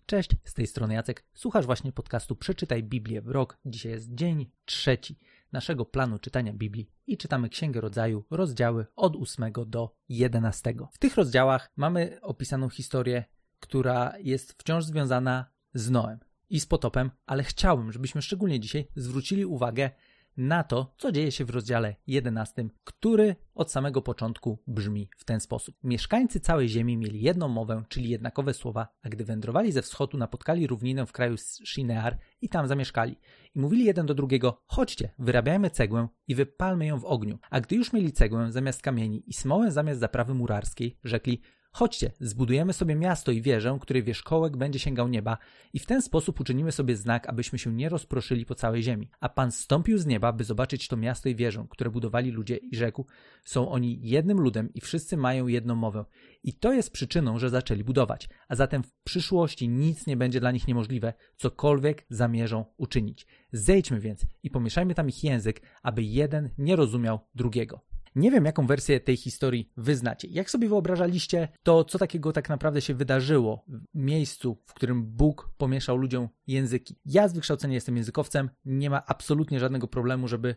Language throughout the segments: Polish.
Cześć, z tej strony Jacek. Słuchasz właśnie podcastu Przeczytaj Biblię w rok. Dzisiaj jest dzień 3 naszego planu czytania Biblii i czytamy Księgę Rodzaju, rozdziały od 8 do 11. W tych rozdziałach mamy opisaną historię, która jest wciąż związana z Noem i z potopem, ale chciałbym, żebyśmy szczególnie dzisiaj zwrócili uwagę na to, co dzieje się w rozdziale 11, który od samego początku brzmi w ten sposób. Mieszkańcy całej ziemi mieli jedną mowę, czyli jednakowe słowa, a gdy wędrowali ze wschodu, napotkali równinę w kraju Shinear i tam zamieszkali. I mówili jeden do drugiego: chodźcie, wyrabiajmy cegłę i wypalmy ją w ogniu. A gdy już mieli cegłę zamiast kamieni i smołę zamiast zaprawy murarskiej, rzekli: chodźcie, zbudujemy sobie miasto i wieżę, której wierzchołek będzie sięgał nieba i w ten sposób uczynimy sobie znak, abyśmy się nie rozproszyli po całej ziemi. A Pan zstąpił z nieba, by zobaczyć to miasto i wieżę, które budowali ludzie i rzekł: są oni jednym ludem i wszyscy mają jedną mowę. I to jest przyczyną, że zaczęli budować. A zatem w przyszłości nic nie będzie dla nich niemożliwe, cokolwiek zamierzą uczynić. Zejdźmy więc i pomieszajmy tam ich język, aby jeden nie rozumiał drugiego. Nie wiem, jaką wersję tej historii wy znacie. Jak sobie wyobrażaliście to, co takiego tak naprawdę się wydarzyło w miejscu, w którym Bóg pomieszał ludziom języki? Ja z wykształcenia jestem językowcem, nie ma absolutnie żadnego problemu, żeby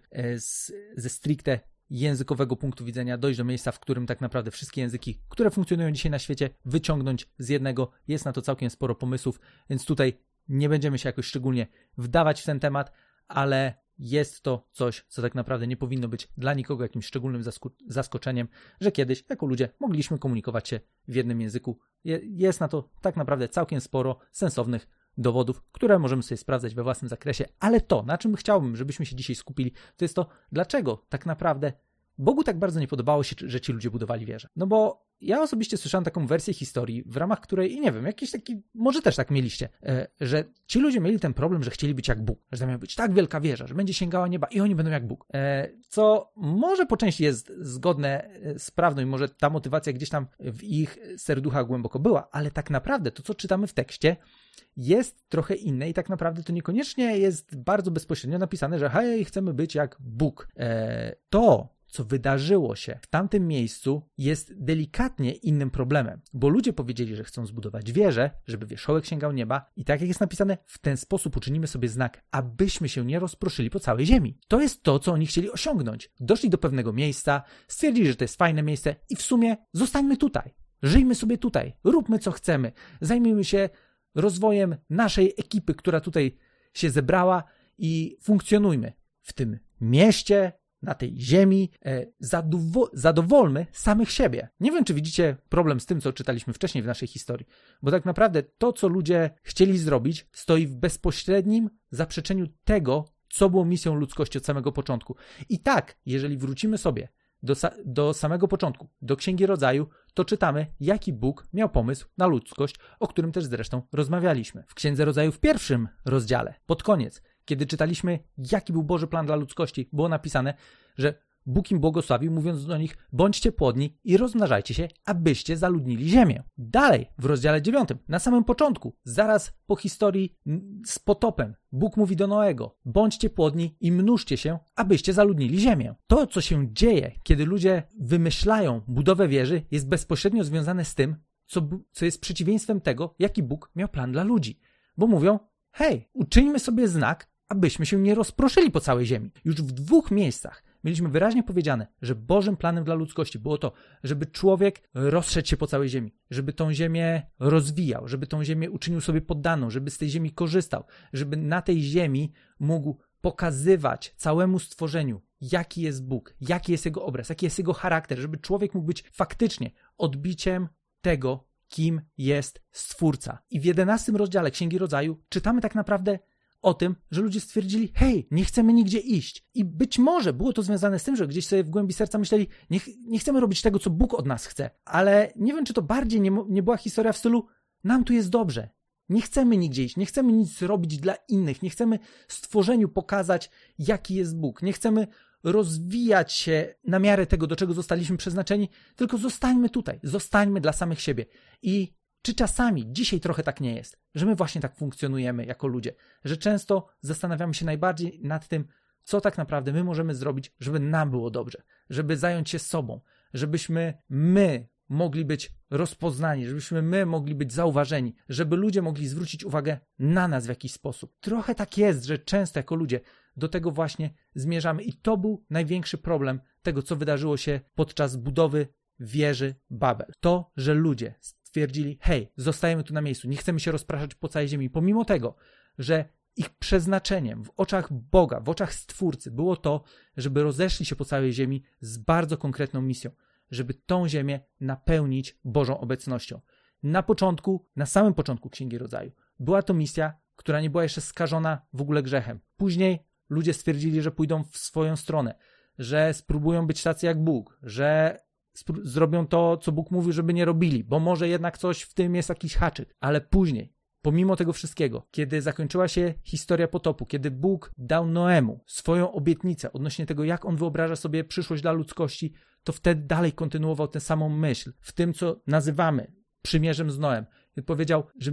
ze stricte językowego punktu widzenia dojść do miejsca, w którym tak naprawdę wszystkie języki, które funkcjonują dzisiaj na świecie, wyciągnąć z jednego. Jest na to całkiem sporo pomysłów, więc tutaj nie będziemy się jakoś szczególnie wdawać w ten temat, ale jest to coś, co tak naprawdę nie powinno być dla nikogo jakimś szczególnym zaskoczeniem, że kiedyś jako ludzie mogliśmy komunikować się w jednym języku. Jest na to tak naprawdę całkiem sporo sensownych dowodów, które możemy sobie sprawdzać we własnym zakresie, ale to, na czym chciałbym, żebyśmy się dzisiaj skupili, to jest to, dlaczego tak naprawdę Bogu tak bardzo nie podobało się, że ci ludzie budowali wieże. No bo ja osobiście słyszałem taką wersję historii, w ramach której, i nie wiem, jakiś taki, może też tak mieliście, że ci ludzie mieli ten problem, że chcieli być jak Bóg, że to miała być tak wielka wieża, że będzie sięgała nieba i oni będą jak Bóg. Co może po części jest zgodne z prawdą i może ta motywacja gdzieś tam w ich serduchach głęboko była, ale tak naprawdę to, co czytamy w tekście, jest trochę inne i tak naprawdę to niekoniecznie jest bardzo bezpośrednio napisane, że hej, chcemy być jak Bóg. To, co wydarzyło się w tamtym miejscu, jest delikatnie innym problemem, bo ludzie powiedzieli, że chcą zbudować wieżę, żeby wierzchołek sięgał nieba i tak jak jest napisane, w ten sposób uczynimy sobie znak, abyśmy się nie rozproszyli po całej ziemi. To jest to, co oni chcieli osiągnąć. Doszli do pewnego miejsca, stwierdzili, że to jest fajne miejsce i w sumie zostańmy tutaj. Żyjmy sobie tutaj, róbmy co chcemy, zajmijmy się rozwojem naszej ekipy, która tutaj się zebrała i funkcjonujmy w tym mieście, na tej ziemi, zadowolmy samych siebie. Nie wiem, czy widzicie problem z tym, co czytaliśmy wcześniej w naszej historii, bo tak naprawdę to, co ludzie chcieli zrobić, stoi w bezpośrednim zaprzeczeniu tego, co było misją ludzkości od samego początku. I tak, jeżeli wrócimy sobie do samego początku, do Księgi Rodzaju, to czytamy, jaki Bóg miał pomysł na ludzkość, o którym też zresztą rozmawialiśmy. W Księdze Rodzaju w 1 rozdziale, pod koniec, kiedy czytaliśmy, jaki był Boży plan dla ludzkości, było napisane, że Bóg im błogosławił, mówiąc do nich: bądźcie płodni i rozmnażajcie się, abyście zaludnili ziemię. Dalej, w rozdziale 9, na samym początku, zaraz po historii z potopem, Bóg mówi do Noego: bądźcie płodni i mnóżcie się, abyście zaludnili ziemię. To, co się dzieje, kiedy ludzie wymyślają budowę wieży, jest bezpośrednio związane z tym, co jest przeciwieństwem tego, jaki Bóg miał plan dla ludzi. Bo mówią: hej, uczyńmy sobie znak, abyśmy się nie rozproszyli po całej ziemi. Już w 2 miejscach mieliśmy wyraźnie powiedziane, że Bożym planem dla ludzkości było to, żeby człowiek rozszedł się po całej ziemi, żeby tą ziemię rozwijał, żeby tą ziemię uczynił sobie poddaną, żeby z tej ziemi korzystał, żeby na tej ziemi mógł pokazywać całemu stworzeniu, jaki jest Bóg, jaki jest Jego obraz, jaki jest Jego charakter, żeby człowiek mógł być faktycznie odbiciem tego, kim jest Stwórca. I w 11 rozdziale Księgi Rodzaju czytamy tak naprawdę o tym, że ludzie stwierdzili: hej, nie chcemy nigdzie iść. I być może było to związane z tym, że gdzieś sobie w głębi serca myśleli: nie chcemy robić tego, co Bóg od nas chce. Ale nie wiem, czy to bardziej nie była historia w stylu: nam tu jest dobrze. Nie chcemy nigdzie iść, nie chcemy nic robić dla innych, nie chcemy stworzeniu pokazać, jaki jest Bóg. Nie chcemy rozwijać się na miarę tego, do czego zostaliśmy przeznaczeni, tylko zostańmy tutaj, zostańmy dla samych siebie. I czy czasami dzisiaj trochę tak nie jest, że my właśnie tak funkcjonujemy jako ludzie, że często zastanawiamy się najbardziej nad tym, co tak naprawdę my możemy zrobić, żeby nam było dobrze, żeby zająć się sobą, żebyśmy my mogli być rozpoznani, żebyśmy my mogli być zauważeni, żeby ludzie mogli zwrócić uwagę na nas w jakiś sposób. Trochę tak jest, że często jako ludzie do tego właśnie zmierzamy i to był największy problem tego, co wydarzyło się podczas budowy wieży Babel. To, że ludzie stwierdzili, hej, zostajemy tu na miejscu, nie chcemy się rozpraszać po całej ziemi, pomimo tego, że ich przeznaczeniem w oczach Boga, w oczach Stwórcy było to, żeby rozeszli się po całej ziemi z bardzo konkretną misją, żeby tą ziemię napełnić Bożą obecnością. Na samym początku Księgi Rodzaju była to misja, która nie była jeszcze skażona w ogóle grzechem. Później ludzie stwierdzili, że pójdą w swoją stronę, że spróbują być tacy jak Bóg, że zrobią to, co Bóg mówił, żeby nie robili, bo może jednak coś w tym jest jakiś haczyk. Ale później, pomimo tego wszystkiego, kiedy zakończyła się historia potopu, kiedy Bóg dał Noemu swoją obietnicę odnośnie tego, jak on wyobraża sobie przyszłość dla ludzkości, to wtedy dalej kontynuował tę samą myśl w tym, co nazywamy przymierzem z Noem. I powiedział, że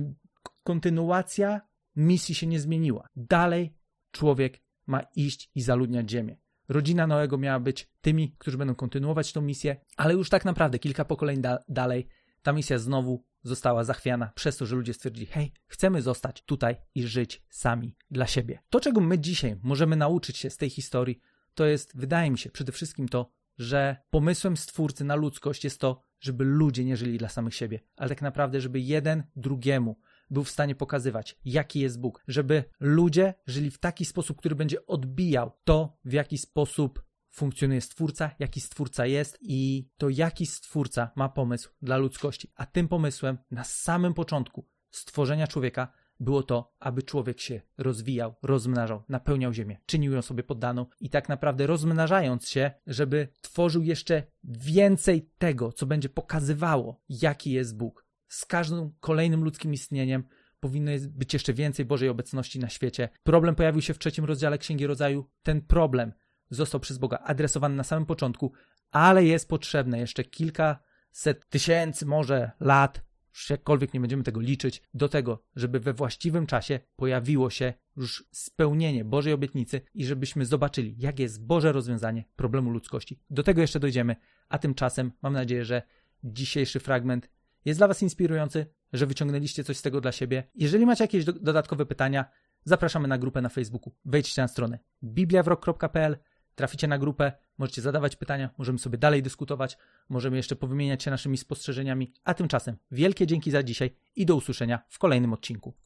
kontynuacja misji się nie zmieniła. Dalej człowiek ma iść i zaludniać ziemię. Rodzina Noego miała być tymi, którzy będą kontynuować tę misję, ale już tak naprawdę kilka pokoleń dalej ta misja znowu została zachwiana przez to, że ludzie stwierdzili, hej, chcemy zostać tutaj i żyć sami dla siebie. To, czego my dzisiaj możemy nauczyć się z tej historii, to jest, wydaje mi się, przede wszystkim to, że pomysłem Stwórcy na ludzkość jest to, żeby ludzie nie żyli dla samych siebie, ale tak naprawdę, żeby jeden drugiemu był w stanie pokazywać, jaki jest Bóg, żeby ludzie żyli w taki sposób, który będzie odbijał to, w jaki sposób funkcjonuje Stwórca, jaki Stwórca jest i to, jaki Stwórca ma pomysł dla ludzkości. A tym pomysłem na samym początku stworzenia człowieka było to, aby człowiek się rozwijał, rozmnażał, napełniał ziemię, czynił ją sobie poddaną i tak naprawdę rozmnażając się, żeby tworzył jeszcze więcej tego, co będzie pokazywało, jaki jest Bóg. Z każdym kolejnym ludzkim istnieniem powinno być jeszcze więcej Bożej obecności na świecie. Problem pojawił się w 3 rozdziale Księgi Rodzaju. Ten problem został przez Boga adresowany na samym początku, ale jest potrzebne jeszcze kilkaset tysięcy może lat, już jakkolwiek nie będziemy tego liczyć, do tego, żeby we właściwym czasie pojawiło się już spełnienie Bożej obietnicy i żebyśmy zobaczyli, jakie jest Boże rozwiązanie problemu ludzkości. Do tego jeszcze dojdziemy, a tymczasem mam nadzieję, że dzisiejszy fragment jest dla Was inspirujący, że wyciągnęliście coś z tego dla siebie. Jeżeli macie jakieś dodatkowe pytania, zapraszamy na grupę na Facebooku. Wejdźcie na stronę bibliawrok.pl, traficie na grupę, możecie zadawać pytania, możemy sobie dalej dyskutować, możemy jeszcze powymieniać się naszymi spostrzeżeniami, a tymczasem wielkie dzięki za dzisiaj i do usłyszenia w kolejnym odcinku.